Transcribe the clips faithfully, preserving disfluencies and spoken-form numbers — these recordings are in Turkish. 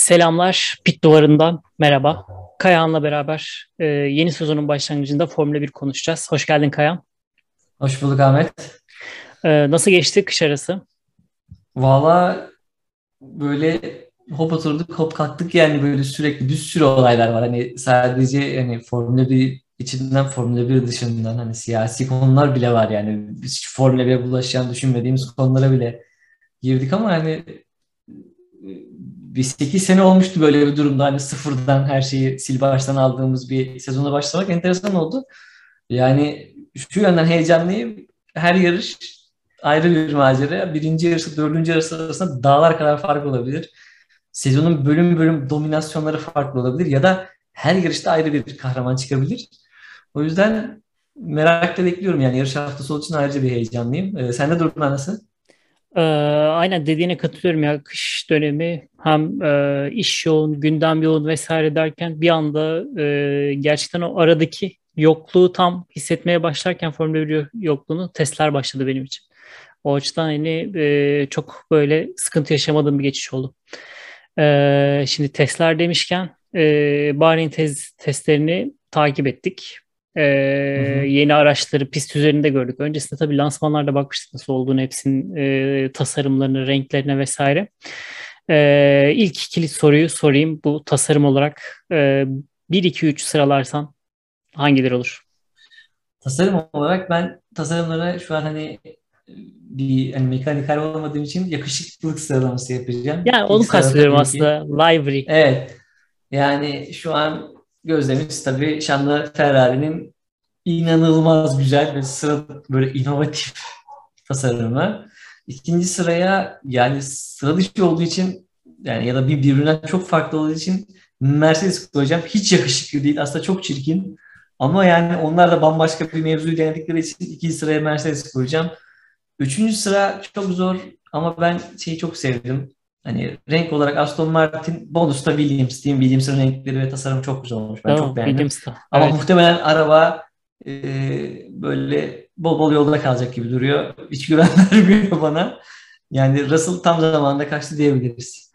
Selamlar, Pit Duvarı'ndan merhaba. Kayahan'la beraber e, yeni sezonun başlangıcında Formula bir konuşacağız. Hoş geldin Kayahan. Hoş bulduk Ahmet. E, nasıl geçti kış arası? Valla böyle hop oturduk hop kalktık yani böyle sürekli bir sürü olaylar var. Hani sadece hani Formula bir içinden Formula bir dışından hani siyasi konular bile var yani. Biz hiç Formula bire bulaşacağını düşünmediğimiz konulara bile girdik ama hani bir sekiz sene olmuştu böyle bir durumda hani sıfırdan her şeyi sil baştan aldığımız bir sezona başlamak enteresan oldu. Yani şu yönden heyecanlıyım. Her yarış ayrı bir macera. Birinci yarışı, dördüncü yarışı arasında dağlar kadar fark olabilir. Sezonun bölüm bölüm dominasyonları farklı olabilir ya da her yarışta ayrı bir kahraman çıkabilir. O yüzden merakla bekliyorum yani yarış haftası olduğu için ayrıca bir heyecanlıyım. Ee, sende durumlar nasıl? E, aynen dediğine katılıyorum ya. Kış dönemi hem e, iş yoğun, gündem yoğun vesaire derken bir anda e, gerçekten o aradaki yokluğu tam hissetmeye başlarken Formula bir yokluğunu testler başladı benim için. O açıdan hani e, çok böyle sıkıntı yaşamadığım bir geçiş oldu. Ee, şimdi testler demişken e, Bahreyn tez, testlerini takip ettik. Ee, Hı hı. Yeni araçları pist üzerinde gördük. Öncesinde tabii lansmanlarda bakmıştık nasıl olduğunu, hepsinin e, tasarımlarını, renklerine vesaire. Ee, ilk kilit soruyu sorayım. Bu tasarım olarak e, bir iki üç sıralarsan hangileri olur? Tasarım olarak ben tasarımlara şu an hani bir hani mekanikal olmadığım için yakışıklılık sıralaması yapacağım. Yani İlk onu sırada kastediyorum tabii ki. aslında. Livery. Evet. Yani şu an gözlemimiz tabii şanlı Ferrari'nin inanılmaz güzel ve sıra böyle inovatif tasarımı. İkinci sıraya yani sıra dışı olduğu için yani ya da bir birbirinden çok farklı olduğu için Mercedes koyacağım. Hiç yakışıklı değil. Aslında çok çirkin. Ama yani onlar da bambaşka bir mevzuyu denedikleri için ikinci sıraya Mercedes koyacağım. Üçüncü sıra çok zor ama ben şeyi çok sevdim. Hani renk olarak Aston Martin, bonus'ta Williams diyeyim. Williams'ın renkleri ve tasarımı çok güzel olmuş. Ben çok Tamam, beğendim. Williams'ta. Ama Evet. muhtemelen araba e, böyle bol bol yolda kalacak gibi duruyor. Hiç güven vermiyor bana. Yani Russell tam zamanında kaçtı diyebiliriz.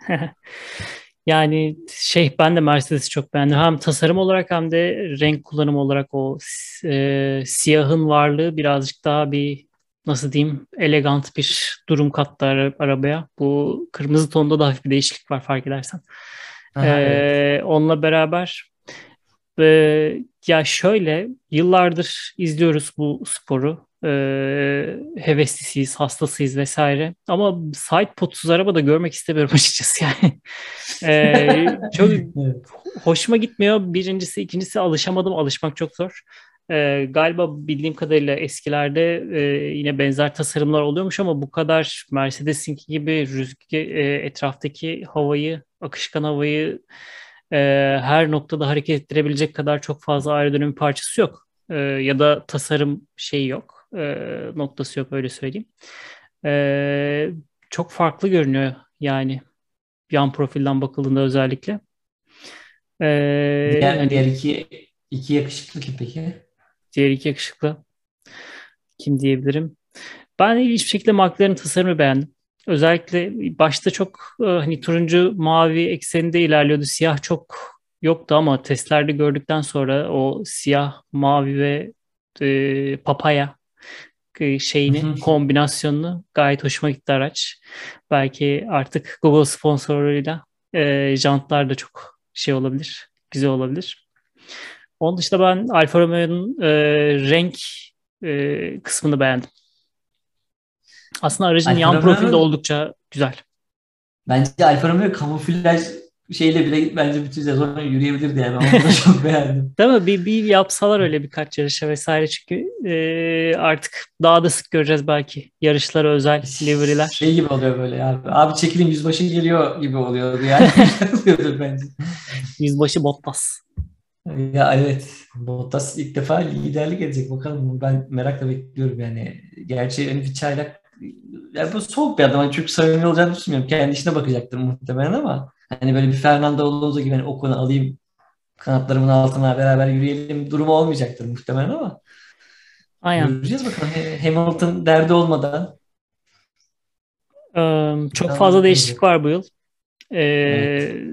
Yani şey ben de Mercedes'i çok beğendim. Hem tasarım olarak hem de renk kullanımı olarak o e, siyahın varlığı birazcık daha bir nasıl diyeyim elegant bir durum kattı ara- arabaya. Bu kırmızı tonda da hafif bir değişiklik var fark edersen. Aha, evet. E, onunla beraber ee, ya şöyle yıllardır izliyoruz bu sporu. Ee, heveslisiyiz, hastasıyız vesaire. Ama side podsuz araba da görmek istemiyorum açıkçası yani. Ee, çok Evet. hoşuma gitmiyor. Birincisi, ikincisi alışamadım. Alışmak çok zor. Ee, galiba bildiğim kadarıyla eskilerde e, yine benzer tasarımlar oluyormuş ama bu kadar Mercedes'inki gibi rüzgar, e, etraftaki havayı, akışkan havayı e, her noktada hareket ettirebilecek kadar çok fazla aerodinamik parçası yok. E, ya da tasarım şeyi yok. E, noktası yok öyle söyleyeyim. E, Çok farklı görünüyor yani yan profilden bakıldığında özellikle. E, Diğer, diğer hani iki, iki yakışıklı kim peki? diğer iki yakışıklı kim diyebilirim? Ben hiçbir şekilde McLaren'ın tasarımını beğendim. Özellikle başta çok e, hani turuncu mavi ekseninde ilerliyordu. Siyah çok yoktu ama testlerde gördükten sonra o siyah, mavi ve e, papaya e, şeyini kombinasyonunu gayet hoşuma gitti araç. Belki artık Google sponsorluğuyla e, jantlar da çok şey olabilir, güzel olabilir. Onun dışında ben Alfa Romeo'nun e, renk e, kısmını beğendim. Aslında aracın Alfa yan profili de Romeo oldukça güzel. bence Alfa Romeo kamuflaj şeyle bile bence bütün sezon yürüyebilirdi yani. Onu da çok beğendim. Değil mi? Bir, bir yapsalar öyle birkaç yarışa vesaire çünkü e, artık daha da sık göreceğiz belki yarışlara özel Şey liveriler. gibi oluyor böyle abi. Abi çekilin yüzbaşı geliyor gibi oluyordu yani. Güzel oluyordur bence. Yüzbaşı Bottas. Ya evet. Bottas ilk defa liderlik edecek. Bakalım ben merakla bekliyorum yani. Gerçi hani bir çaylak yani bu soğuk bir adam. Hani çok samimi olacağını düşünmüyorum. Kendi işine bakacaktır muhtemelen ama hani böyle bir Fernando Alonso gibi hani o konu alayım kanatlarımın altına beraber yürüyelim durumu olmayacaktır muhtemelen ama Aynen. göreceğiz bakalım. Hamilton derdi olmadan Ee, çok fazla bakalım ne değişiklik olacak. var bu yıl. Ee, Evet.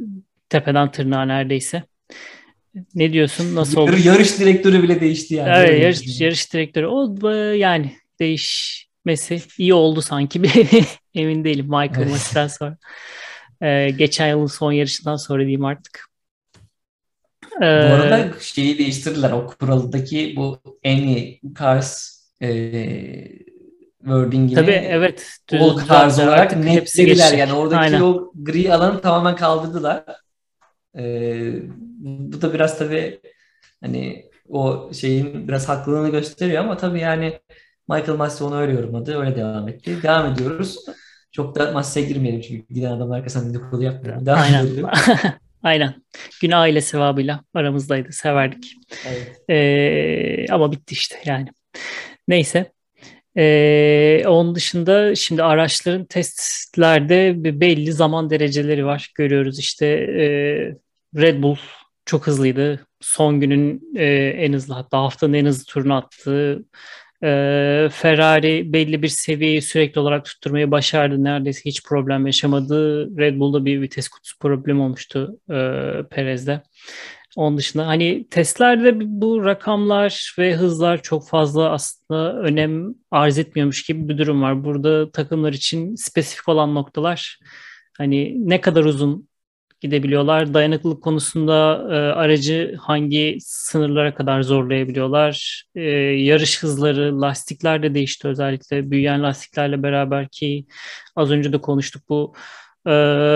tepeden tırnağa neredeyse. Ne diyorsun? Nasıl Yar- olur? yarış direktörü bile değişti yani. Evet, Öyle yarış, düşünüyorum. yarış direktörü. O e, yani değişmesi iyi oldu sanki. Bir emin değilim Michael Evet. Masi'den sonra. Ee, geçen yılın son yarışından sonra diyeyim artık. Bu Ee, arada şeyi değiştirdiler. O kuraldaki bu any cars e, tabii wordingini evet all düz- cars düzeldiler. olarak Artık hepsi netlediler. Yani geçecek. oradaki Aynen. o gri alanı tamamen kaldırdılar. E, bu da biraz tabii hani o şeyin biraz haklılığını gösteriyor ama tabii yani Michael Masi onu öyle yorumladı. Öyle devam etti. Devam ediyoruz. Çok da Masi'ye girmeyelim çünkü giden adamın arkasından dedikodu yapmayalım. Devam Aynen. edelim. Aynen. Günah aile sevabıyla aramızdaydı. Severdik. Evet. Ee, ama bitti işte yani. Neyse. Ee, onun dışında şimdi araçların testlerde bir belli zaman dereceleri var. Görüyoruz işte e, Red Bull çok hızlıydı. Son günün e, en hızlı hatta haftanın en hızlı turunu attı. Ee, Ferrari belli bir seviyeyi sürekli olarak tutturmayı başardı. Neredeyse hiç problem yaşamadı. Red Bull'da bir vites kutusu problemi olmuştu e, Perez'de. Onun dışında hani testlerde bu rakamlar ve hızlar çok fazla aslında önem arz etmiyormuş gibi bir durum var. Burada takımlar için spesifik olan noktalar hani ne kadar uzun gidebiliyorlar, dayanıklılık konusunda e, aracı hangi sınırlara kadar zorlayabiliyorlar, e, yarış hızları, lastikler de değişti özellikle büyüyen lastiklerle beraber ki az önce de konuştuk bu e,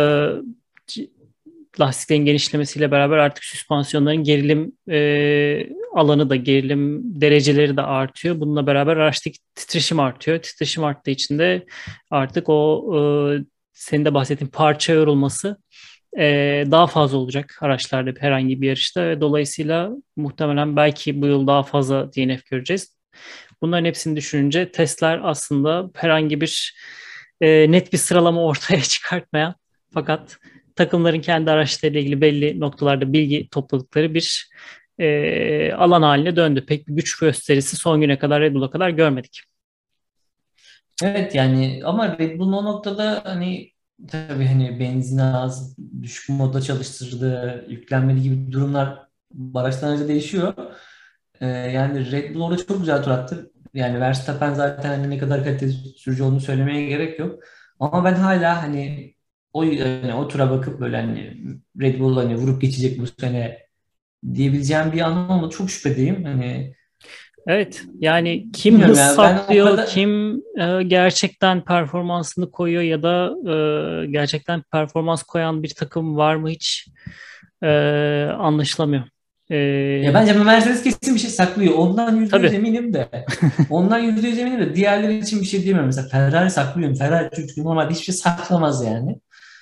lastiklerin genişlemesiyle beraber artık süspansiyonların gerilim e, alanı da gerilim dereceleri de artıyor. Bununla beraber araçtaki titreşim artıyor. Titreşim arttığı için de artık o e, senin de bahsettiğin parça yorulması e, daha fazla olacak araçlarda herhangi bir yarışta ve dolayısıyla muhtemelen belki bu yıl daha fazla D N F göreceğiz. Bunların hepsini düşününce testler aslında herhangi bir e, net bir sıralama ortaya çıkartmayan fakat takımların kendi araçlarıyla ilgili belli noktalarda bilgi topladıkları bir e, alan haline döndü. Pek bir güç gösterisi son güne kadar Red Bull'a kadar görmedik. Evet yani ama Red Bull'un o noktada hani tabii hani benzin az, düşük modda çalıştırdı, yüklenmeli gibi durumlar araçtan araca değişiyor. Ee, yani Red Bull orada çok güzel tur attı. Yani Verstappen zaten hani ne kadar kaliteli sürücü olduğunu söylemeye gerek yok. Ama ben hala hani o hani o tura bakıp böyle hani Red Bull hani vurup geçecek bu sene diyebileceğim bir an olmadı. Çok şüphedeyim. Hani Evet, yani kim bilmiyorum hız ya ben o saplıyor, kadar kim e, gerçekten performansını koyuyor ya da e, gerçekten performans koyan bir takım var mı hiç e, anlaşılamıyor. ya E, bence Mercedes kesin bir şey saklıyor. Ondan yüzde yüz tabii, eminim de. Ondan yüzde yüz eminim de. Diğerleri için bir şey diyemiyorum. Mesela Ferrari saklıyor. Ferrari çünkü normalde hiçbir şey saklamaz yani.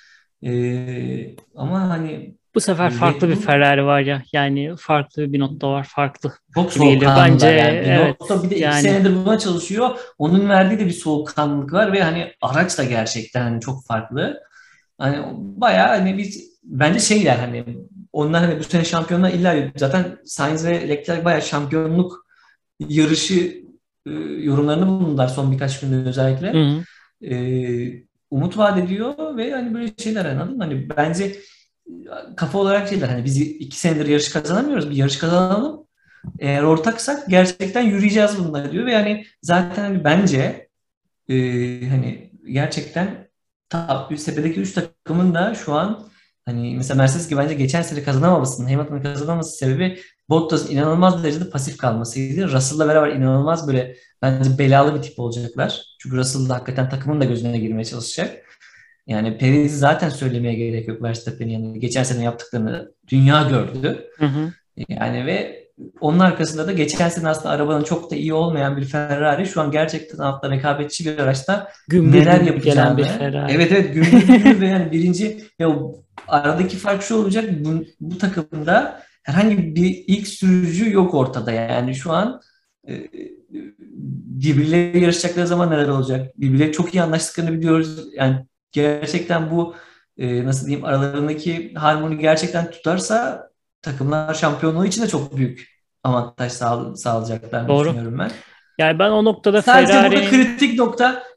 Ee, ama hani bu sefer farklı Red bir Bull Ferrari var ya, yani farklı bir nokta var, farklı çok gibi geliyor. Bence soğukkanlılar yani. evet, Binotto bir de iki yani senedir buna çalışıyor. Onun verdiği de bir soğukkanlılık var ve hani araç da gerçekten hani çok farklı. Hani bayağı hani biz bence şeyler hani onlar hani bu sene şampiyonlar illa zaten Sainz ve Leclerc bayağı şampiyonluk yarışı e, yorumlarını bulundular son birkaç günde hı özellikle. hı. E, umut vaat ediyor ve hani böyle şeyler anladın mı? Hani bence e, kafa olarak şeyler hani biz iki senedir yarış kazanamıyoruz. Bir yarış kazanalım. Eğer ortaksak gerçekten yürüyeceğiz bununla diyor ve yani zaten hani bence e, hani gerçekten top üst tepedeki üç takımın da şu an hani mesela Mercedes gibi bence geçen sene kazanamamasının, Hamilton'ın kazanamaması sebebi Bottas'ın inanılmaz derecede pasif kalmasıydı. Russell'la beraber inanılmaz böyle bence belalı bir tip olacaklar. Çünkü Russell da hakikaten takımın da gözüne girmeye çalışacak. Yani Perez'i zaten söylemeye gerek yok Verstappen'in yanında. Geçen sene yaptıklarını dünya gördü. Hı hı. Yani ve onun arkasında da geçen sene aslında arabanın çok da iyi olmayan bir Ferrari şu an gerçekten altta rekabetçi bir araçta Gümbür neler gümbür gelen bir yapacağını. Ferrari. Evet evet gümbür gümbür ve yani birinci ya o aradaki fark şu olacak bu, bu takımda herhangi bir ilk sürücü yok ortada yani şu an e, birbirleriyle yarışacakları zaman neler olacak? Birbirleri çok iyi anlaştıklarını biliyoruz. Yani gerçekten bu e, nasıl diyeyim aralarındaki harmoni gerçekten tutarsa takımlar şampiyonluğu için de çok büyük avantaj sağ, sağlayacaklarını Doğru. düşünüyorum ben. Yani ben o noktada Sadece burada Ferrari'nin kritik nokta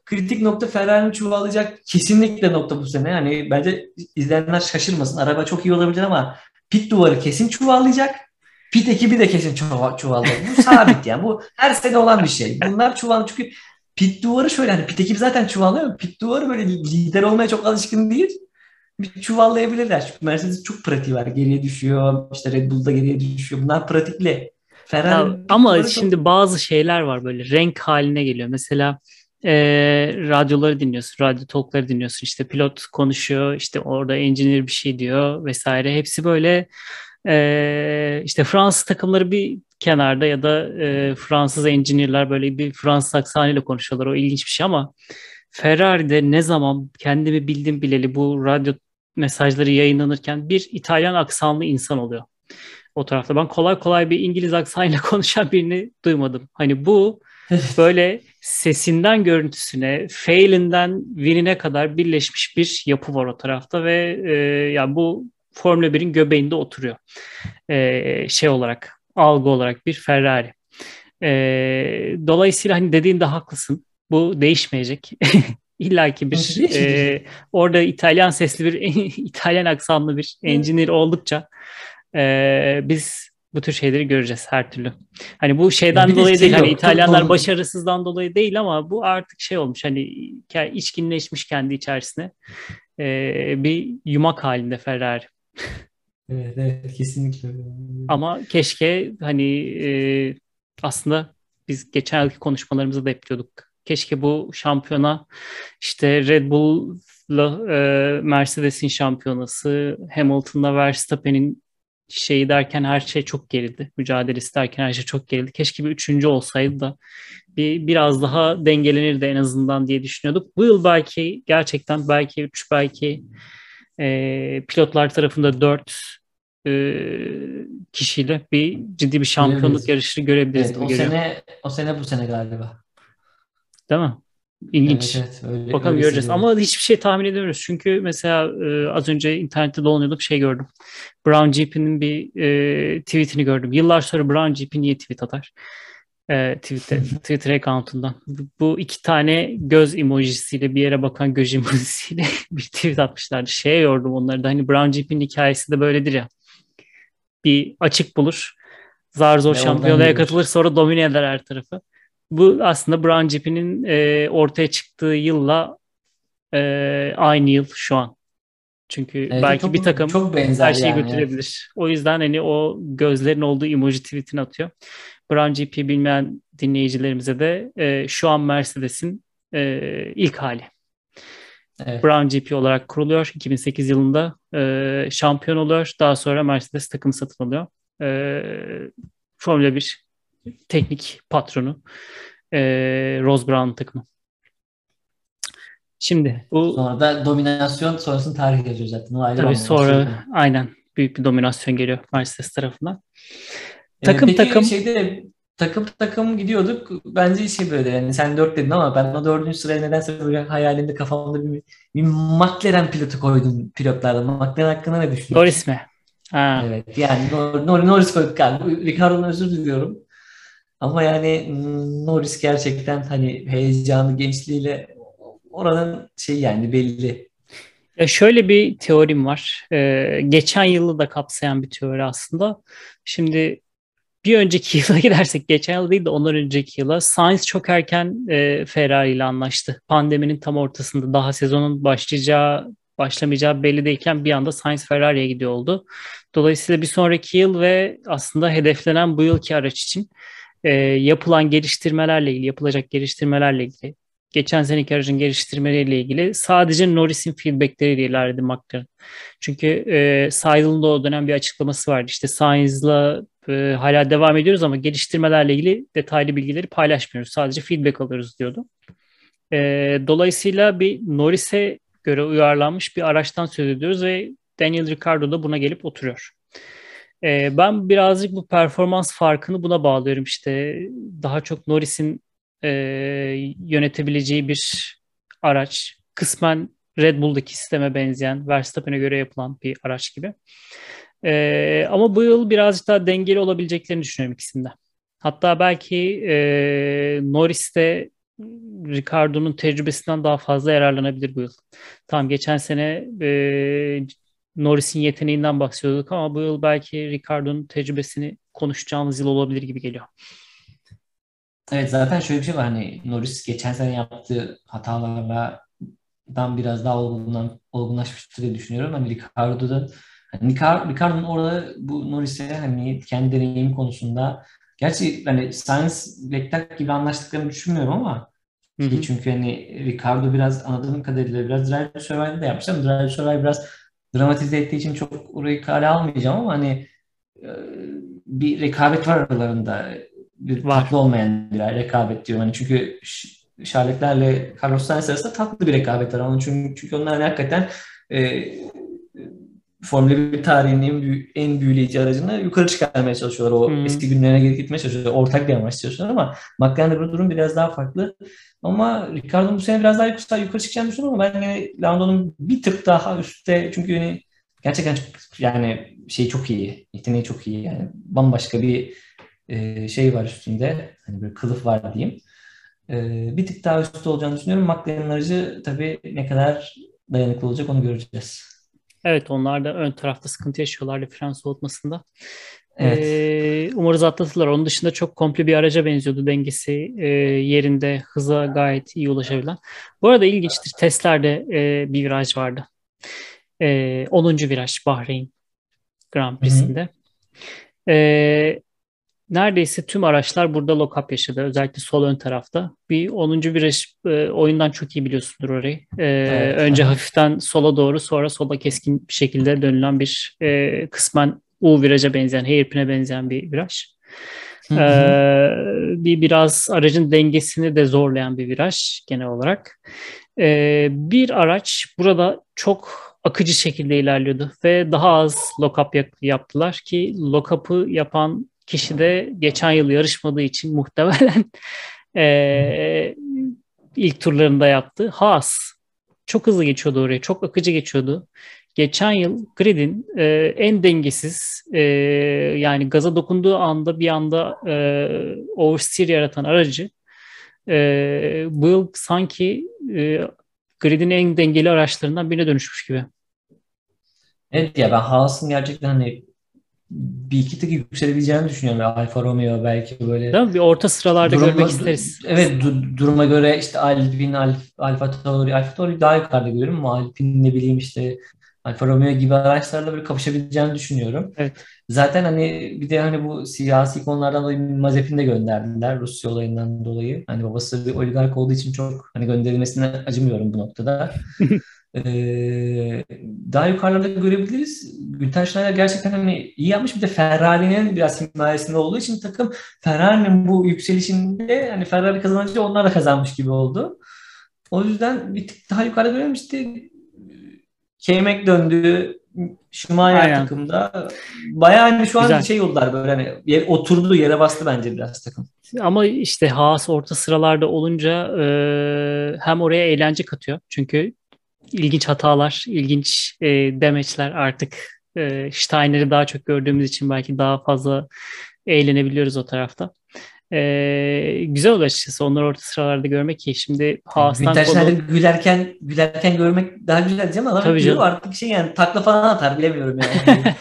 kritik nokta Ferrari'nin çuvallayacak kesinlikle nokta bu sene. Hani bence izleyenler şaşırmasın. Araba çok iyi olabilir ama pit duvarı kesin çuvallayacak. Pit ekibi de kesin çuva- çuvallayacak. Bu sabit yani. Bu her sene olan bir şey. Bunlar çuval çünkü pit duvarı şöyle hani pit ekibi zaten çuvallıyor ama pit duvarı böyle lider olmaya çok alışkın değil. Bir çuvallayabilirler. Çünkü Mercedes çok pratiği var. Geriye düşüyor. İşte Red Bull da geriye düşüyor. Bunlar pratikli. Ya, Ferrari'nin pit ama duvarı çok şimdi bazı şeyler var böyle renk haline geliyor. Mesela e, radyoları dinliyorsun, radyo talkları dinliyorsun. İşte pilot konuşuyor, işte orada engineer bir şey diyor vesaire. Hepsi böyle e, işte Fransız takımları bir kenarda ya da e, Fransız engineer'lar böyle bir Fransız aksanıyla konuşuyorlar. O ilginç bir şey ama Ferrari'de ne zaman kendimi bildim bileli bu radyo mesajları yayınlanırken bir İtalyan aksanlı insan oluyor o tarafta. Ben kolay kolay bir İngiliz aksanıyla konuşan birini duymadım. Hani bu böyle sesinden görüntüsüne, failinden win'ine kadar birleşmiş bir yapı var o tarafta ve e, yani bu Formula birin göbeğinde oturuyor. E, şey olarak, algı olarak bir Ferrari. E, dolayısıyla hani dediğinde haklısın. Bu değişmeyecek. İlla ki bir değişmeyecek. e, orada İtalyan sesli bir İtalyan aksanlı bir engineer oldukça ee, biz bu tür şeyleri göreceğiz her türlü. Hani bu Ya şeyden bir de dolayı değil, şey hani yok. Çok İtalyanlar doğru. başarısızdan dolayı değil ama bu artık şey olmuş hani ke- içkinleşmiş kendi içerisine. Ee, bir yumak halinde Ferrari. Evet, evet kesinlikle öyle. Ama keşke hani e, aslında biz geçen yılki konuşmalarımızda da hep diyorduk. Keşke bu şampiyona işte Red Bull'la e, Mercedes'in şampiyonası, Hamilton'la Verstappen'in şeyi derken her şey çok gerildi. Mücadelesi derken her şey çok gerildi. Keşke bir üçüncü olsaydı da bir biraz daha dengelenirdi en azından diye düşünüyorduk. Bu yıl belki gerçekten belki üç belki e, pilotlar tarafında dört e, kişiyle bir ciddi bir şampiyonluk Görebiliriz. yarışı görebiliriz Evet gibi o geliyor. sene o sene bu sene galiba. Değil mi? Evet İlginç. evet öyle Bakalım öyle göreceğiz. Ama hissediyorum. hiçbir şey tahmin edemiyoruz. Çünkü mesela e, az önce internette dolanıyordum şey gördüm. Brown G P'nin bir e, tweetini gördüm. Yıllar sonra Brown G P niye tweet atar? E, Twitter, Twitter account'undan. Bu, bu iki tane göz emojisiyle bir yere bakan göz emojisiyle bir tweet atmışlardı. Şeye yordum onları da. Hani Brown G P'nin hikayesi de böyledir ya. Bir açık bulur. Zar zor Ve oradan şampiyonaya yürür. katılır sonra domine eder her tarafı. Bu aslında Brown G P'nin e, ortaya çıktığı yılla e, aynı yıl şu an. Çünkü Evet belki çok bir takım çok her benzer şeyi yani evet. götürebilir. O yüzden hani o gözlerin olduğu emoji tweetini atıyor. Brown G P bilmeyen dinleyicilerimize de e, şu an Mercedes'in e, ilk hali. Evet. Brown G P olarak kuruluyor. iki bin sekiz yılında e, şampiyon oluyor. Daha sonra Mercedes takım satın alıyor. E, Formula bir teknik patronu e, Ross Brown takımı. Şimdi bu Sonra da dominasyon sonrasında tarih yazıyor zaten. O ayrı tabii bambaşka bir sonra konu. aynen büyük bir dominasyon geliyor Mercedes tarafından. Ee, Takım peki takım şeyde takım takım gidiyorduk. Bence şey böyle yani sen dört dedin ama ben o dördüncü sıraya nedense böyle hayalimde kafamda bir, bir McLaren pilotu koydum pilotlardan. McLaren hakkında ne Norris düşünüyorsun? mi? Ha. Evet yani Nor Nor Norris koyduk galiba. Ricardo'dan özür diliyorum. Ama yani mm, Norris gerçekten hani heyecanı gençliğiyle oranın şey yani belli. Ya şöyle bir teorim var. Ee, geçen yılı da kapsayan bir teori aslında. Şimdi bir önceki yıla gidersek, geçen yıl değil de ondan önceki yıla Sainz çok erken e, Ferrari ile anlaştı. Pandeminin tam ortasında daha sezonun başlayacağı başlamayacağı belli değilken bir anda Sainz Ferrari'ye gidiyor oldu. Dolayısıyla bir sonraki yıl ve aslında hedeflenen bu yılki araç için e, yapılan geliştirmelerle ilgili, yapılacak geliştirmelerle ilgili, geçen seneki aracın geliştirmeleriyle ilgili sadece Norris'in feedbackleriyle ilerledi McLaren. Çünkü e, Seidel'ın da o dönem bir açıklaması vardı. İşte Sainz'la e, hala devam ediyoruz ama geliştirmelerle ilgili detaylı bilgileri paylaşmıyoruz. Sadece feedback alıyoruz diyordu. E, dolayısıyla bir Norris'e göre uyarlanmış bir araçtan söz ediyoruz ve Daniel Ricciardo da buna gelip oturuyor. Ee, ben birazcık bu performans farkını buna bağlıyorum işte. Daha çok Norris'in e, yönetebileceği bir araç. Kısmen Red Bull'daki sisteme benzeyen, Verstappen'e göre yapılan bir araç gibi. Ee, ama bu yıl birazcık daha dengeli olabileceklerini düşünüyorum ikisinde. Hatta belki e, Norris'te Ricardo'nun tecrübesinden daha fazla yararlanabilir bu yıl. Tamam, geçen sene e, Norris'in yeteneğinden bahsediyorduk ama bu yıl belki Ricardo'nun tecrübesini konuşacağımız yıl olabilir gibi geliyor. Evet, zaten şöyle bir şey var, hani Norris geçen sene yaptığı hatalarla dan biraz daha olgunlan, olgunlaşmıştır diye düşünüyorum. Hani Ricardo'da hani Ricar- Ricardo'nun orada bu Norris'e hani kendi deneyim konusunda, gerçi hani Sainz Leclerc gibi anlaştıklarını düşünmüyorum ama Hı ki hı. çünkü hani Ricardo biraz anladığım kadarıyla biraz Drive to Survive'da yapmış ama Drive to Survive biraz dramatize ettiği için çok orayı kale almayacağım ama hani e, bir rekabet var aralarında. Bir Var. tatlı olmayan bir rekabet diyorum. Hani çünkü Ş- Charlotte'lerle Carlos Sainz arasında tatlı bir rekabet var. Ama çünkü, çünkü onlar hani hakikaten e, Formula bir tarihinin en, büyük, en büyüleyici aracını yukarı çıkarmaya çalışıyorlar. Hı O hı. eski günlerine geri gitmeye çalışıyorlar. Ortak bir amaç çalışıyorlar ama McLaren'de bu durum biraz daha farklı. Ama Ricardo'nun bu sene biraz daha yukarı, yukarı çıkacağını düşünüyorum ama ben yine Lando'nun bir tık daha üstte, çünkü yani gerçekten çok, yani şey çok iyi. Yeteneği çok iyi. Yani bambaşka bir e, şey var üstünde. Hani bir kılıf var diyeyim. E, bir tık daha üstte olacağını düşünüyorum. McLaren'ın aracı tabii ne kadar dayanıklı olacak onu göreceğiz. Evet, onlar da ön tarafta sıkıntı yaşıyorlardı fren soğutmasında. Evet. Ee, umarız atlatırlar. Onun dışında çok komple bir araca benziyordu. Dengesi e, yerinde, hıza gayet iyi ulaşabilen. Bu arada ilginçtir. Testlerde e, bir viraj vardı. E, onuncu viraj Bahreyn Grand Hı hı. Prix'sinde. E, Neredeyse tüm araçlar burada lock-up yaşadı. Özellikle sol ön tarafta. Bir onuncu viraj e, oyundan çok iyi biliyorsundur orayı. E, Evet. Hı önce hı. hafiften sola doğru, sonra sola keskin bir şekilde dönülen bir e, kısmen U viraja benzeyen, hairpin'e benzeyen bir viraj. Hı E, hı. bir biraz aracın dengesini de zorlayan bir viraj genel olarak. E, bir araç burada çok akıcı şekilde ilerliyordu ve daha az lock-up yap- yaptılar ki lock-up'ı yapan kişi de geçen yıl yarışmadığı için muhtemelen eee, ilk turlarında yaptı. Haas çok hızlı geçiyordu oraya. Çok akıcı geçiyordu. Geçen yıl gridin eee, en dengesiz eee, yani gaza dokunduğu anda bir anda eee oversteer yaratan aracı eee, bu yıl sanki eee gridin en dengeli araçlarından birine dönüşmüş gibi. Evet ya, ben Haas'ın gerçekten hani bir iki tık yükselebileceğini düşünüyorum. Ya, Alfa Romeo belki böyle Değil mi? Bir orta sıralarda görmek duruma, isteriz. evet, du- duruma göre işte Alpine, Alf, Alfa Tauri, Alfa Tauri daha yukarıda görüyorum ama Alpine, ne bileyim işte Alfa Romeo gibi araçlarla böyle kapışabileceğini düşünüyorum. Evet. Zaten hani bir de hani bu siyasi konulardan dolayı Mazepin'i de gönderdiler Rusya olayından dolayı. Hani babası bir oligark olduğu için çok hani gönderilmesine acımıyorum bu noktada. Ee, daha yukarılarda görebiliriz. Günter Schneider gerçekten hani iyi yapmış. Bir de Ferrari'nin biraz himayesinde olduğu için takım Ferrari'nin bu yükselişinde hani Ferrari kazanınca onlar da kazanmış gibi oldu. O yüzden bir tık daha yukarıda görelim işte. K-Mac döndü. Schumacher Aynen. takımda. Bayağı hani şu an Güzel. şey oldular böyle, hani yer, oturdu yere bastı bence biraz takım. Ama işte Haas orta sıralarda olunca e, hem oraya eğlence katıyor. Çünkü ilginç hatalar, ilginç e, demeçler artık e, Steiner'i daha çok gördüğümüz için belki daha fazla eğlenebiliyoruz o tarafta. E, güzel oluyor açıkçası onları orta sıralarda görmek ki şimdi Yani Haas'tan Günter Schneider konu gülerken gülerken görmek daha güzel diyeceğim ama adam hep tabii gülüyor canım. artık, şey yani takla falan atar, bilemiyorum yani. Hani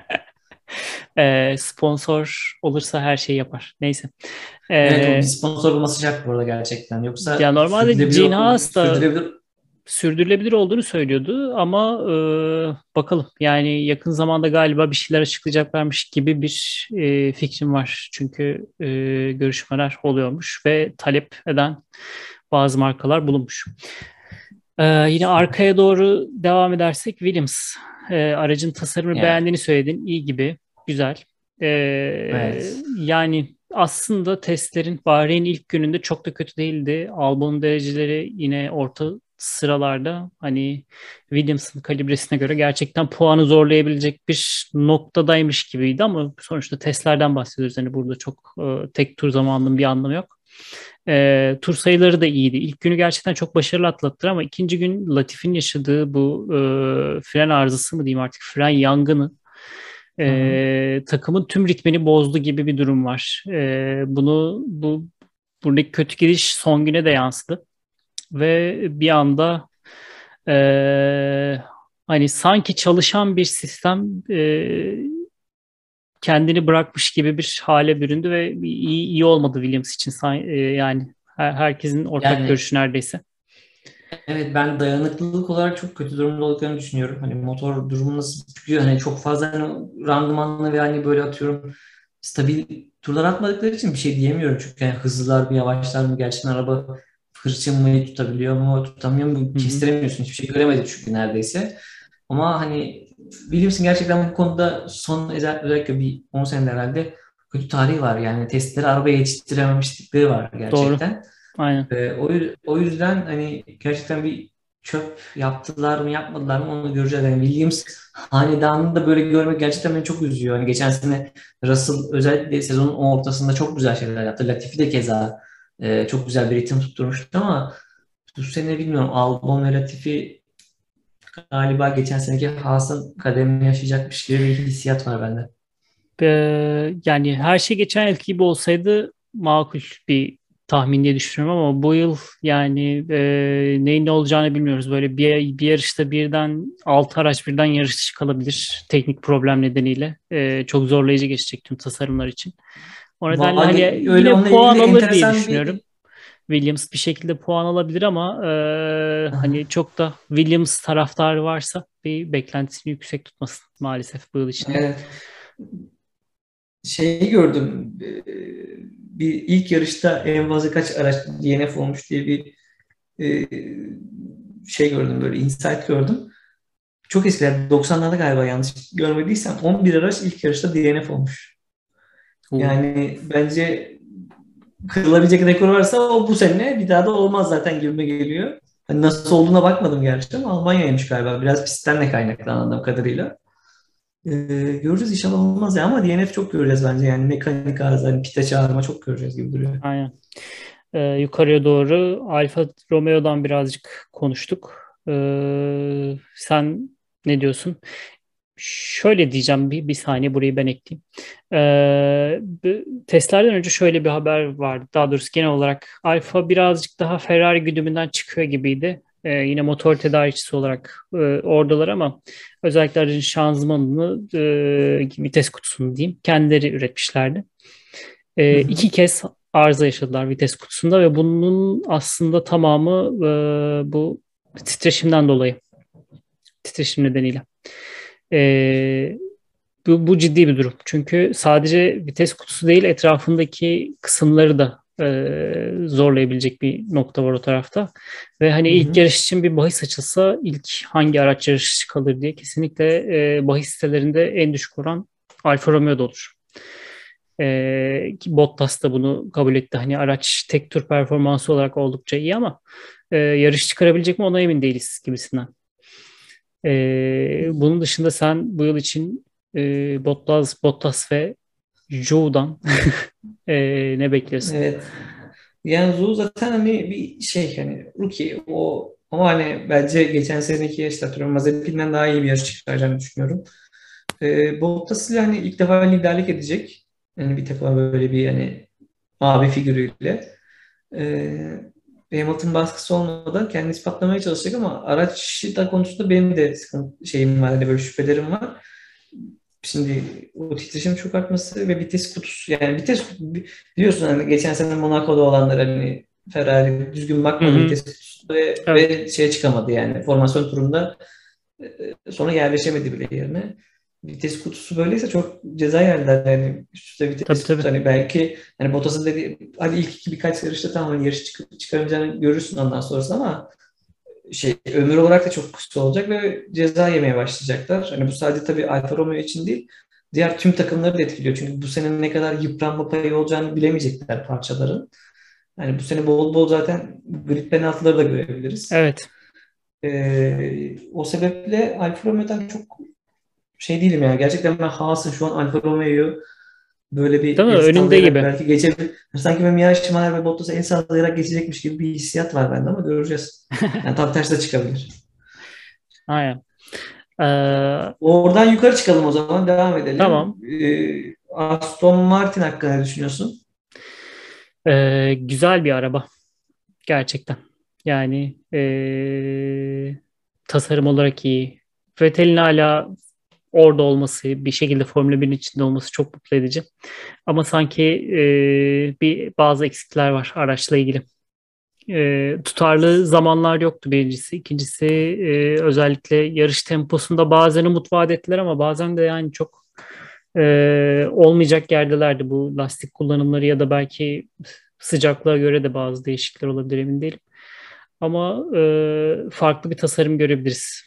E, sponsor olursa her şeyi yapar. Neyse. evet, o bir E, sponsor bulması şart bu arada gerçekten. Ya Yoksa normalde sürdürülebilir Gene ol- Haas da sürdürülebilir. sürdürülebilir olduğunu söylüyordu ama e, bakalım yani yakın zamanda galiba bir şeyler açıklayacaklarmış gibi bir e, fikrim var. Çünkü e, görüşmeler oluyormuş ve talep eden bazı markalar bulunmuş. E, yine arkaya doğru devam edersek Williams e, aracın tasarımını Yani beğendiğini söyledin. İyi gibi, güzel. E, evet. Yani aslında testlerin Bahreyn ilk gününde çok da kötü değildi. Albon dereceleri yine orta sıralarda. Hani Williams'ın kalibresine göre gerçekten puanı zorlayabilecek bir noktadaymış gibiydi ama sonuçta testlerden bahsediyoruz. Hani burada çok e, tek tur zamanının bir anlamı yok. E, tur sayıları da iyiydi. İlk günü gerçekten çok başarılı atlattılar ama ikinci gün Latifi'nin yaşadığı bu e, fren arızası mı diyeyim artık fren yangını Hı hı. e, takımın tüm ritmini bozdu gibi bir durum var. E, bunu bu buradaki kötü gidiş son güne de yansıdı. ve bir anda e, hani sanki çalışan bir sistem e, kendini bırakmış gibi bir hale büründü ve iyi, iyi olmadı Williams için. Sa- e, yani her- herkesin ortak Yani görüşü neredeyse. evet, ben dayanıklılık olarak çok kötü durumda olduklarını düşünüyorum. Hani motor durumu nasıl, çünkü hani çok fazla hani randımanlı ve hani böyle atıyorum stabil turlar atmadıkları için bir şey diyemiyorum. Çünkü yani hızlılar mı yavaşlar mı, gerçekten araba hırçın mı, tutabiliyor mu tutamıyor mu Hı hı. kestiremiyorsun. Hiçbir şey göremedik çünkü neredeyse. Ama hani Williams'ın gerçekten bu konuda son özel- özellikle bir on senedir herhalde kötü tarihi var. Yani testleri arabaya yetiştirememişlikleri var Doğru. gerçekten. Aynen. Ee, o, yü- o yüzden hani gerçekten bir çöp yaptılar mı yapmadılar mı onu göreceğiz. Yani Williams hanedanını da böyle görmek gerçekten beni çok üzüyor. Hani geçen sene Russell özellikle sezonun ortasında çok güzel şeyler yaptı. Latifi de keza e, çok güzel bir ritim tutturmuştu ama bu sene bilmiyorum, Albon ve Latifi galiba geçen seneki Haas'ın kaderini yaşayacakmış gibi bir hissiyat var bende. Ee, yani her şey geçen yıl gibi olsaydı makul bir tahmin diye düşünüyorum ama bu yıl yani e, neyin ne olacağını bilmiyoruz. Böyle bir, bir yarışta birden altı araç birden yarış dışı kalabilir teknik problem nedeniyle. Ee, çok zorlayıcı geçecek tüm tasarımlar için. O nedenle hani Va- Öyle, yine onunla puan ilgili alır diye enteresan düşünüyorum. bir. Williams bir şekilde puan alabilir ama e, hani çok da Williams taraftarı varsa bir beklentisini yüksek tutmasın maalesef bu yıl içinde. Evet. Şeyi gördüm. e, Bir ilk yarışta en fazla kaç araç D N F olmuş diye bir e, şey gördüm, böyle insight gördüm. Çok eskiler, doksanlarda galiba, yanlış görmediysem on bir araç ilk yarışta D N F olmuş. Oo. Yani bence kırılabilecek rekor varsa o bu sene bir daha da olmaz zaten gibime geliyor. Hani nasıl olduğuna bakmadım gerçi ama Almanya'ymış galiba. Biraz pistten de kaynaklı anladığım kadarıyla. Ee, Göreceğiz inşallah, olmaz ya, ama D N F çok göreceğiz bence, yani mekanik arıza, hani pite çağırma çok göreceğiz gibi duruyor. Aynen. Ee, yukarıya doğru Alfa Romeo'dan birazcık konuştuk. Ee, sen ne diyorsun? Şöyle diyeceğim, bir, bir saniye burayı ben ekleyeyim. Ee, bu- testlerden önce şöyle bir haber vardı. Daha doğrusu genel olarak Alfa birazcık daha Ferrari güdümünden çıkıyor gibiydi. Ee, yine motor tedarikçisi olarak e, oradalar ama özellikle aracın şanzımanını, e, vites kutusunu diyeyim, kendileri üretmişlerdi. Hı E, hı. iki kez arıza yaşadılar vites kutusunda ve bunun aslında tamamı e, bu titreşimden dolayı, titreşim nedeniyle. E, bu, bu ciddi bir durum. Çünkü sadece vites kutusu değil, etrafındaki kısımları da e, zorlayabilecek bir nokta var o tarafta. Ve hani Hı ilk hı. yarış için bir bahis açılsa ilk hangi araç yarışı kalır diye kesinlikle e, bahis sitelerinde en düşük oran Alfa Romeo'da olur. Ee, ki Bottas da bunu kabul etti. Hani araç tek tur performansı olarak oldukça iyi ama e, yarış çıkarabilecek mi ona emin değiliz gibisinden. Ee, bunun dışında sen bu yıl için e, Bottas, Bottas ve Zhou'dan e, ne bekliyorsun? Evet. Yani Zhu zaten hani bir şey, hani rookie o, ama hani bence geçen seneki yarışta atıyorum Mazepin'den daha iyi bir yarış çıkaracağını düşünüyorum. Ee, Bottas ile hani ilk defa liderlik edecek. Yani bir takıma böyle bir hani abi figürüyle. Ee, Hamilton baskısı olmadan kendini ispatlamaya çalışacak ama araç da konusunda benim de sıkıntı şeyim var, hani böyle şüphelerim var. Şimdi o titreşim çok artması ve vites kutusu, yani vites biliyorsun hani geçen sene Monaco'da olanlar, hani Ferrari düzgün Hı bakmadı hı, vites kutusu ve, evet, ve şeye çıkamadı, yani formasyon turunda e, sonra yerleşemedi bile yerine. Vites kutusu böyleyse çok ceza yerler, yani üst üste tabii vites tabii. kutusu, hani belki hani Bottas'ın dediği, hadi ilk iki birkaç yarışta tamam hani yarış çık çıkaracağını görürsün ondan sonrası, ama şey, ömür olarak da çok kısa olacak ve ceza yemeye başlayacaklar. Hani bu sadece tabii Alfa Romeo için değil, diğer tüm takımları da etkiliyor. Çünkü bu sene ne kadar yıpranma payı olacağını bilemeyecekler parçaların. Yani bu sene bol bol zaten grid penaltıları da görebiliriz. Evet. Ee, o sebeple Alfa Romeo'dan çok şey değilim yani. Gerçekten ben Haas'ın şu an Alfa Romeo'yu böyle Değil bir mi? el Önünde sallayarak gibi. belki geçebilir. Sanki ben Michael Schumacher ve Bottas'ı el sallayarak geçecekmiş gibi bir hissiyat var bende, ama göreceğiz. Yani tam tersi de çıkabilir. Aynen. Ee, Oradan yukarı çıkalım o zaman. Devam edelim. tamam. Ee, Aston Martin hakkında ne düşünüyorsun? Ee, güzel bir araba gerçekten. Yani eee, tasarım olarak iyi. Vettel'in hala orada olması, bir şekilde Formula birin içinde olması çok mutlu edici. Ama sanki eee, bir bazı eksikler var araçla ilgili. Eee, tutarlı zamanlar yoktu birincisi. İkincisi eee, özellikle yarış temposunda bazen umut vaat ettiler ama bazen de yani çok eee, olmayacak yerdelerdi. Bu lastik kullanımları ya da belki sıcaklığa göre de bazı değişiklikler olabilir, emin değilim. Ama eee, farklı bir tasarım görebiliriz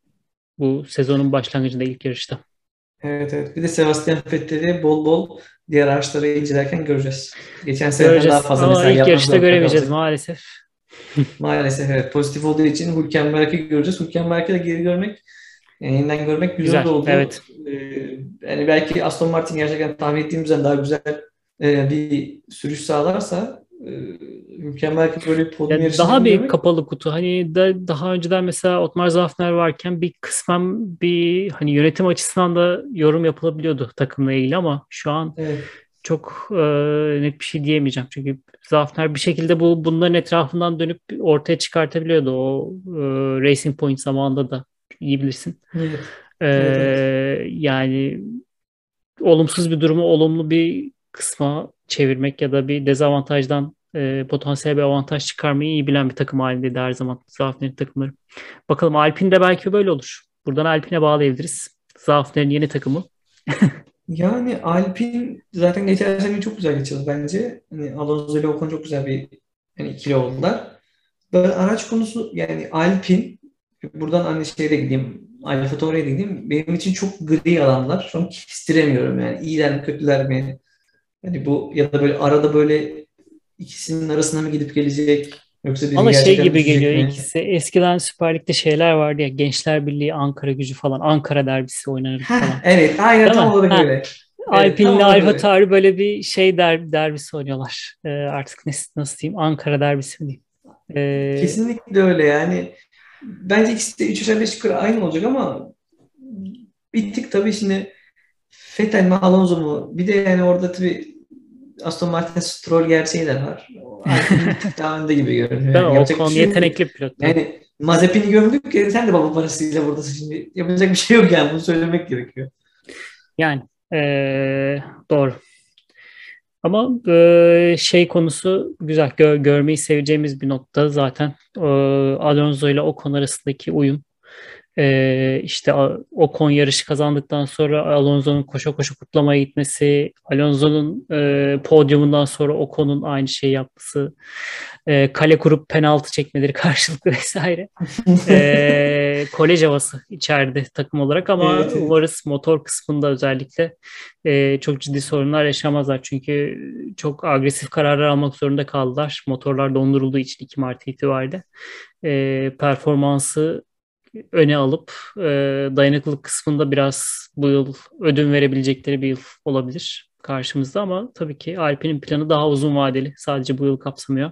bu sezonun başlangıcında ilk yarışta. Evet, evet. Bir de Sebastian Vettel'i bol bol diğer araçları incelerken göreceğiz. Geçen seneden daha Göreceğiz fazla ama mesai ilk yapmak yarışta zorunda göremeyeceğiz kalacak. maalesef. Maalesef evet. Pozitif olduğu için Hülkenberg'i göreceğiz. Hülkenberg'i de geri görmek, yani yeniden görmek güzel Güzel, oldu. evet. Ee, yani belki Aston Martin gerçekten tahmin ettiğimizden daha güzel e, bir sürüş sağlarsa e, Hülkenberg'i böyle bir Ya podyum yarışında daha bir görmek. kapalı kutu. Hani da, daha önceden mesela Otmar Zafner varken bir kısmen bir hani yönetim açısından da yorum yapılabiliyordu takımla ilgili ama şu an Evet. çok e, net bir şey diyemeyeceğim. Çünkü Zafner bir şekilde bu bunların etrafından dönüp ortaya çıkartabiliyordu. O e, Racing Point zamanında da iyi bilirsin. Evet. E, Evet, evet. Yani olumsuz bir durumu olumlu bir kısma çevirmek ya da bir dezavantajdan e, potansiyel bir avantaj çıkarmayı iyi bilen bir takım halindeydi her zaman Zafner'in takımları. Bakalım Alpine'de belki böyle olur. Buradan Alpine'e bağlayabiliriz. Zafner'in yeni takımı. Yani Alpine zaten geçen sene çok güzel geçirdi bence. Hani Alonso ile Ocon çok güzel bir hani ikili oldular. Böyle araç konusu yani Alpine buradan hani şeye gideyim Alfa Tauri'ye de gideyim. Benim için çok gri alanlar. Şu an kestiremiyorum yani. İyiler mi kötüler mi? Hani bu ya da böyle arada böyle ikisinin arasına mı gidip gelecek? Yoksa biri Bana şey gerçekten gibi düşecek geliyor mi? ikisi. Eskiden Süper Lig'de şeyler vardı ya, Gençler Birliği, Ankara Gücü falan. Ankara derbisi oynanırdı Heh, falan. evet, aynen Değil tam mi? olarak Ha. öyle. Evet, tam Alpine'le olarak Alfa öyle. Tauri böyle bir şey der, derbisi oynuyorlar. Ee, artık nasıl, nasıl diyeyim? Ankara derbisi mi diyeyim? Ee, Kesinlikle öyle yani. Bence ikisi de üç aşağı beş yukarı aynı olacak ama bir tık tabii şimdi Vettel mi Alonso mu? Bir de yani orada tabii Aston Martin Stroll gerçeği de var. O Alpine bir tık daha önde gibi görünüyor. Değil mi? Yani yapacak bir Ocon şey yok. yetenekli bir pilot tabii. Yani Mazepin'i gömdük ya sen de baba parasıyla buradasın şimdi. Yapacak bir şey yok yani bunu söylemek gerekiyor. Yani ee, doğru. Ama ee, şey konusu güzel. Gö- görmeyi seveceğimiz bir nokta zaten. Ee, Alonso ile Ocon arasındaki uyum. Ee, işte A- Ocon yarışı kazandıktan sonra Alonso'nun koşa koşa kutlamaya gitmesi, Alonso'nun e, podyumundan sonra Ocon'un aynı şeyi yapması, e, kale kurup penaltı çekmeleri karşılıklı vesaire. E, kolej havası içeride takım olarak ama Evet, evet. umarız motor kısmında özellikle e, çok ciddi sorunlar yaşamazlar. Çünkü çok agresif kararlar almak zorunda kaldılar. Motorlar dondurulduğu için iki Mart itibariyle. E, performansı öne alıp e, dayanıklılık kısmında biraz bu yıl ödün verebilecekleri bir yıl olabilir karşımızda ama tabii ki Alpine'in planı daha uzun vadeli. Sadece bu yıl kapsamıyor.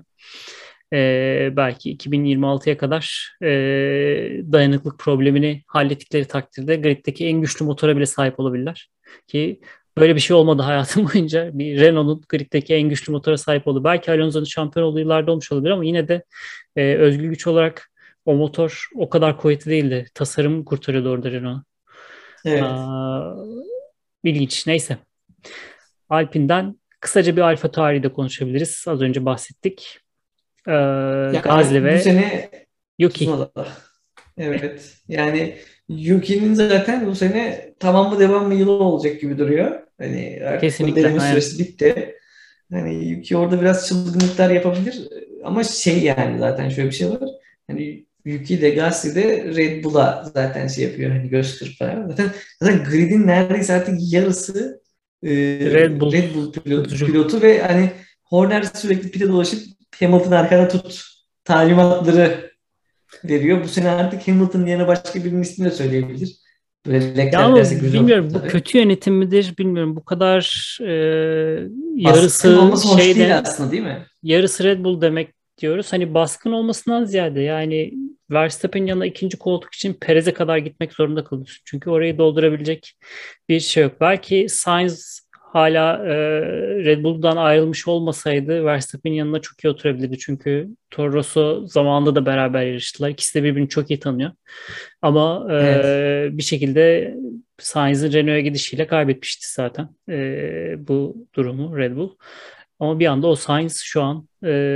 E, belki iki bin yirmi altıya kadar e, dayanıklık problemini hallettikleri takdirde griddeki en güçlü motora bile sahip olabilirler. Ki böyle bir şey olmadı hayatım boyunca. Bir Renault'un griddeki en güçlü motora sahip oldu. Belki Alonso'nun şampiyon olduğu yıllarda olmuş olabilir ama yine de e, özgür güç olarak o motor o kadar kuvvetli değildi. Tasarım kurtarıyordu orada Renault. Evet. Aa, ilginç. Neyse. Alpine'den kısaca bir Alfa Tauri'de konuşabiliriz. Az önce bahsettik. Ee, Yani Gasly bu ve sene Yuki. Tsunoda. Evet. Yani Yuki'nin zaten bu sene tamam mı devam mı yılı olacak gibi duruyor. Hani artık bu Kesinlikle. deneme Aynen. süresi bitti. Hani Yuki orada biraz çılgınlıklar yapabilir. Ama şey yani zaten şöyle bir şey var. Hani Yuki de Gasly de Red Bull'a zaten şey yapıyor. Hani göz kırpar. Zaten, zaten gridin neredeyse artık yarısı e, Red Bull Red Bull pilo- tutucu. pilotu ve hani Horner sürekli pite dolaşıp Hamilton arkada tut talimatları veriyor. Bu sene artık Hamilton yerine başka birinin ismini de söyleyebilir. Böyle Ya Leclerc ama derse güzel olur bilmiyorum bu tabii. kötü yönetim midir bilmiyorum. Bu kadar e, Baskın yarısı olması hoş değil şeyden aslında değil mi? yarısı Red Bull demek diyoruz. Hani baskın olmasından ziyade yani Verstappen'in yanına ikinci koltuk için Perez'e kadar gitmek zorunda kalıyorsun. Çünkü orayı doldurabilecek bir şey yok. Belki Sainz hala e, Red Bull'dan ayrılmış olmasaydı Verstappen'in yanına çok iyi oturabilirdi. Çünkü Toro Rosso zamanında da beraber yarıştılar. İkisi de birbirini çok iyi tanıyor. Ama Evet. e, bir şekilde Sainz'in Renault'a gidişiyle kaybetmişti zaten e, bu durumu Red Bull. Ama bir anda o Sainz şu an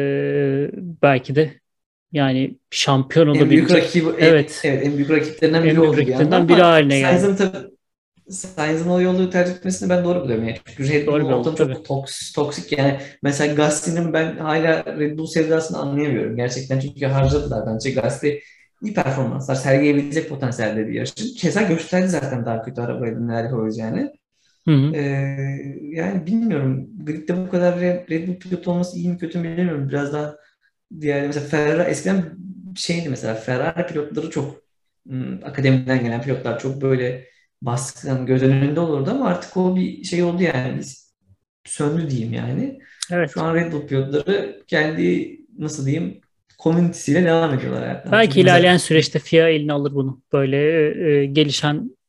e, belki de yani şampiyon En büyük olabilecek, rakibi, en, evet, evet en büyük rakiplerinden biri en büyük oldu bir anda rakiplerinden biri ama haline geldi. Sainz'ın tabii Sainz'ın o yolu tercih etmesini ben doğru buluyorum. Yani çünkü Red Doğru Bull'un bir oldu ortamı tabii. çok toks, toksik yani. Mesela Gasly'nin ben hala Red Bull sevdasını anlayamıyorum. Gerçekten çünkü harcadılar bence. Gasly iyi performanslar sergileyebilecek potansiyelde bir yarışçı. Keza gösterdi zaten daha kötü arabayla neler yapabileceğini. Hı hı. Ee, yani bilmiyorum. Grid'de bu kadar Red, Red Bull pilotu olması iyi mi kötü mü bilmiyorum. Biraz daha diğer mesela Ferrari eskiden şeydi mesela Ferrari pilotları çok hmm, akademiden gelen pilotlar çok böyle baskın göz önünde olurdu ama artık o bir şey oldu yani biz söndü diyeyim yani. Şu Evet. an Red Bull pilotları kendi nasıl diyeyim komünitesiyle devam ediyorlar hayatlarına. Çok Belki güzel. ilerleyen süreçte F I A eline alır bunu. Böyle e, e, gelişen,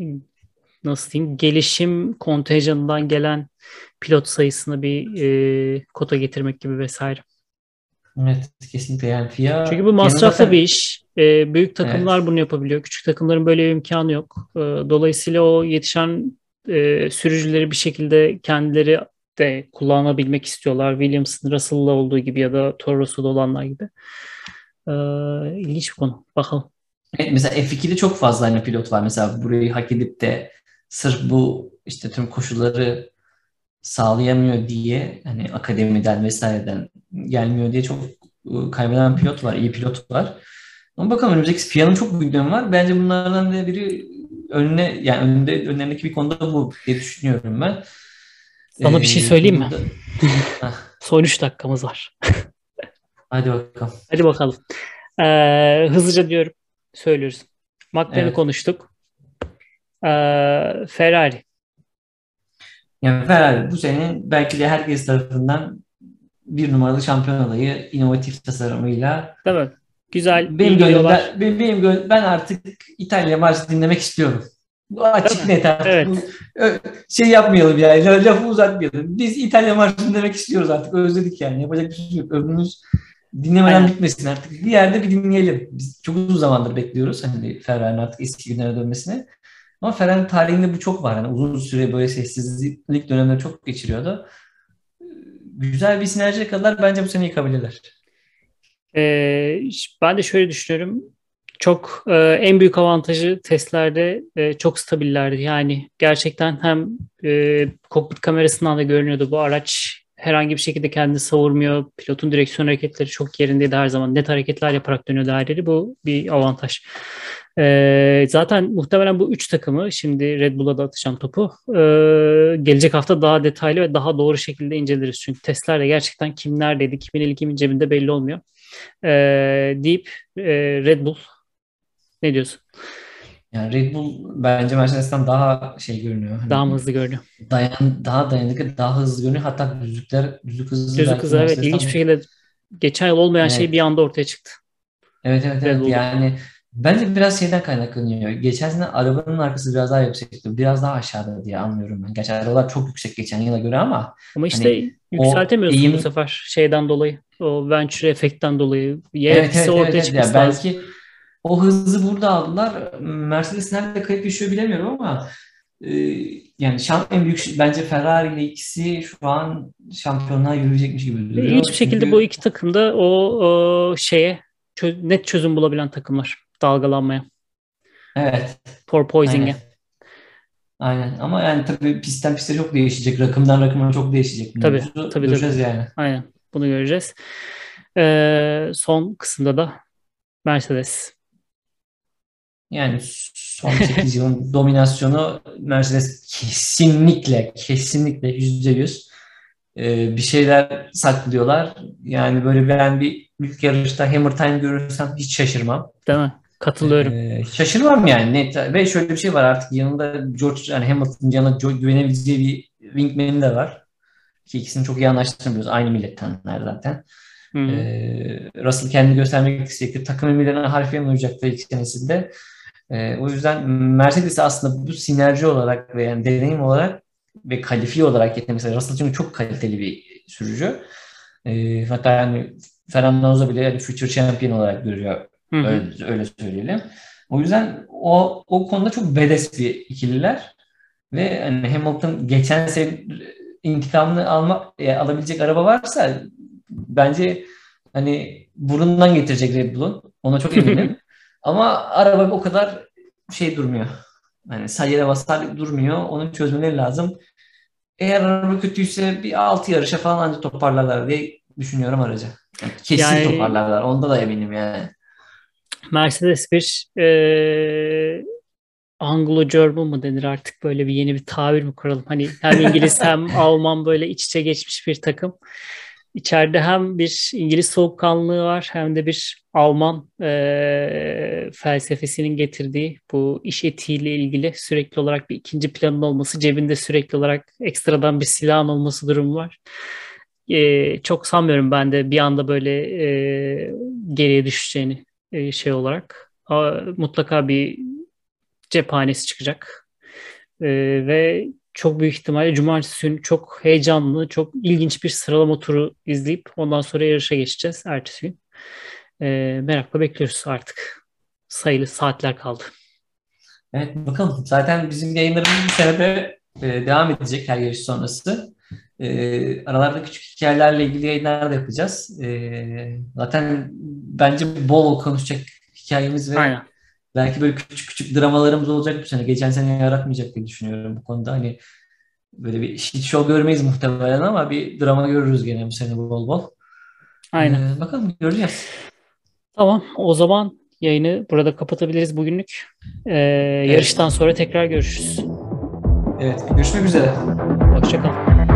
nasıl diyeyim, gelişim kontenjanından gelen pilot sayısını bir e, kota getirmek gibi vesaire. Evet, kesinlikle yani Çünkü F I A bu kendi masraflı bir zaten iş. E, büyük takımlar evet. bunu yapabiliyor. Küçük takımların böyle bir imkanı yok. E, dolayısıyla o yetişen e, sürücüleri bir şekilde kendileri de kullanabilmek istiyorlar. Williams'ın Russell'la olduğu gibi ya da Toro Rosso'da olanlar gibi. E, ilginç bir konu. Bakalım. Evet, mesela F ikide çok fazla hani pilot var. Mesela burayı hak edip de sırf bu işte tüm koşulları sağlayamıyor diye hani akademiden vesaireden gelmiyor diye çok ıı, kaybeden pilot var, iyi pilot var. Ama bakalım önümüzdeki F I A'nın çok büyük dönemi var. Bence bunlardan da biri önüne yani önünde önlerindeki bir konuda bu diye düşünüyorum ben. Sana bir şey Ee, söyleyeyim şimdi mi? burada Hah, Son üç dakikamız var. hadi bakalım. Hadi bakalım. Ee, hızlıca diyorum. Söylüyoruz. McLaren'i Evet. konuştuk. Ee, Ferrari. Yani Ferrari bu sene belki de herkes tarafından bir numaralı şampiyon adayı inovatif tasarımıyla. Değil mi? Güzel, iyi Benim gidiyorlar. gönlümden, benim, benim gönlüm, ben artık İtalya marşı dinlemek istiyorum. Bu Değil açık mi? net artık. Bu Evet. ö- şey yapmayalım yani. la- Lafı uzatmayalım. Biz İtalya marşı dinlemek istiyoruz artık. Özledik yani. Yapacak bir şey yok. Ömrümüz dinlemeden Aynen. bitmesin artık. Bir yerde bir dinleyelim. Biz çok uzun zamandır bekliyoruz. Hani Ferrari'nin artık eski günlere dönmesini. Ama Ferrari tarihinde bu çok var. Yani uzun süre böyle sessizlik dönemleri çok geçiriyordu. Güzel bir sinerji yakaladılar. Bence bu sene yıkabilirler. Ee, ben de şöyle düşünüyorum. Çok e, en büyük avantajı testlerde e, çok stabillerdi. Yani gerçekten hem e, kokpit kamerasından da görünüyordu bu araç herhangi bir şekilde kendini savurmuyor. Pilotun direksiyon hareketleri çok yerindeydi her zaman. Net hareketler yaparak dönüyordu her yeri. Bu bir avantaj. E, zaten muhtemelen bu üç takımı şimdi Red Bull'a da atacağım topu. E, gelecek hafta daha detaylı ve daha doğru şekilde inceleriz. Çünkü testlerde gerçekten kim neredeydi, kimin eli kimin cebinde belli olmuyor. E, deyip e, Red Bull ne diyorsun? Yani Red Bull bence Mercedes'ten daha şey görünüyor. Daha Hani mı hızlı görünüyor? dayan, daha dayanıklı, daha hızlı görünüyor. Hatta düzlükler, düzlük hızı Düzlük belki hızı, evet, ilginç Mercedes'ten bir bir... şekilde geçen yıl olmayan şey bir Evet, anda ortaya çıktı evet, evet, Red evet. Bull'da. Yani bence biraz şeyden kaynaklanıyor. Geçen sene arabanın arkası biraz daha yüksekti. Biraz daha aşağıda diye anlıyorum ben. Gerçi arabalar çok yüksek geçen yıla göre ama Ama hani işte o yükseltemiyorsun bu eğim sefer şeyden dolayı. O venture efektten dolayı. Y evet, etkisi evet, evet, ortaya evet. Ya çıkması lazım. belki o hızı burada aldılar. Mercedes nerede kayıp yaşıyor bilemiyorum ama e, yani şamp en büyük bence Ferrari ile ikisi şu an şampiyonluğa yürüyecekmiş gibi Ve ilginç bir duruyor. şekilde bu Çünkü iki takım da o, o şeye çö- net çözüm bulabilen takımlar. Dalgalanmaya. evet, Porpoising'e. aynen. Aynen ama yani tabii pistten piste çok değişecek. Rakımdan rakıma çok değişecek Tabii, mevzu. tabii, tabii. Göreceğiz yani. Aynen. Bunu göreceğiz. Ee, son kısımda da Mercedes. Yani son sekiz yılın dominasyonu Mercedes kesinlikle, kesinlikle yüzde yüz e, bir şeyler saklıyorlar. Yani böyle ben bir büyük yarışta Hammer Time görürsem hiç şaşırmam. Değil mi? Katılıyorum. E, şaşırmam yani. Net. Ve şöyle bir şey var artık yanında George yani Hamilton'ın yanına Joe- güvenebileceği bir wingman'i de var. Ki ikisini çok iyi anlaştırmıyoruz. Aynı millettenler zaten. Hı hı. Ee, Russell kendini göstermek isteyecektir. Takım emirlerine harfiyen uyacaktır ilk senesinde. Ee, o yüzden Mercedes'i aslında bu sinerji olarak ve yani deneyim olarak ve kalifiye olarak yetenek. Mesela Russell çünkü çok kaliteli bir sürücü. E, hatta yani Fernando Alonso bile yani future champion olarak görüyor. Hı hı. Öyle, öyle söyleyelim. O yüzden o o konuda çok badass bir ikililer. Ve hani Hamilton geçen sene intikamını alma, e, alabilecek araba varsa bence hani burundan getirecek Red Bull'un. Ona çok eminim. Ama araba o kadar şey durmuyor. Hani sayıra basar durmuyor. Onu çözmeleri lazım. Eğer araba kötüyse bir altı yarışa falan anca toparlarlar diye düşünüyorum aracı. Yani kesin Yani toparlarlar. Onda da eminim yani. Mercedes bir e, Anglo-German mı denir artık, böyle bir yeni bir tabir mi kuralım? Hani hem İngiliz hem Alman böyle iç içe geçmiş bir takım. İçeride hem bir İngiliz soğukkanlılığı var hem de bir Alman e, felsefesinin getirdiği bu iş etiğiyle ilgili sürekli olarak bir ikinci planın olması, cebinde sürekli olarak ekstradan bir silahın olması durumu var. E, çok sanmıyorum ben de bir anda böyle e, geriye düşeceğini e, şey olarak. A, mutlaka bir cephanesi çıkacak. Ee, ve çok büyük ihtimalle cumartesi günü çok heyecanlı, çok ilginç bir sıralama turu izleyip ondan sonra yarışa geçeceğiz ertesi gün. Ee, merakla bekliyoruz artık. Sayılı saatler kaldı. Evet bakalım. Zaten bizim yayınlarımız bir senede e, devam edecek her yarış sonrası. E, aralarda küçük hikayelerle ilgili yayınlar da yapacağız. E, zaten bence bol bol konuşacak hikayemiz ve Aynen. belki böyle küçük küçük dramalarımız olacak bu sene. Geçen sene yaratmayacak diye düşünüyorum bu konuda. Hani böyle bir shit show görmeyiz muhtemelen ama bir drama görürüz gene bu sene bol bol. E, Aynen. bakalım göreceğiz. Tamam. O zaman yayını burada kapatabiliriz bugünlük. Ee, Evet. yarıştan sonra tekrar görüşürüz. Evet, görüşmek üzere. Hoşça kal.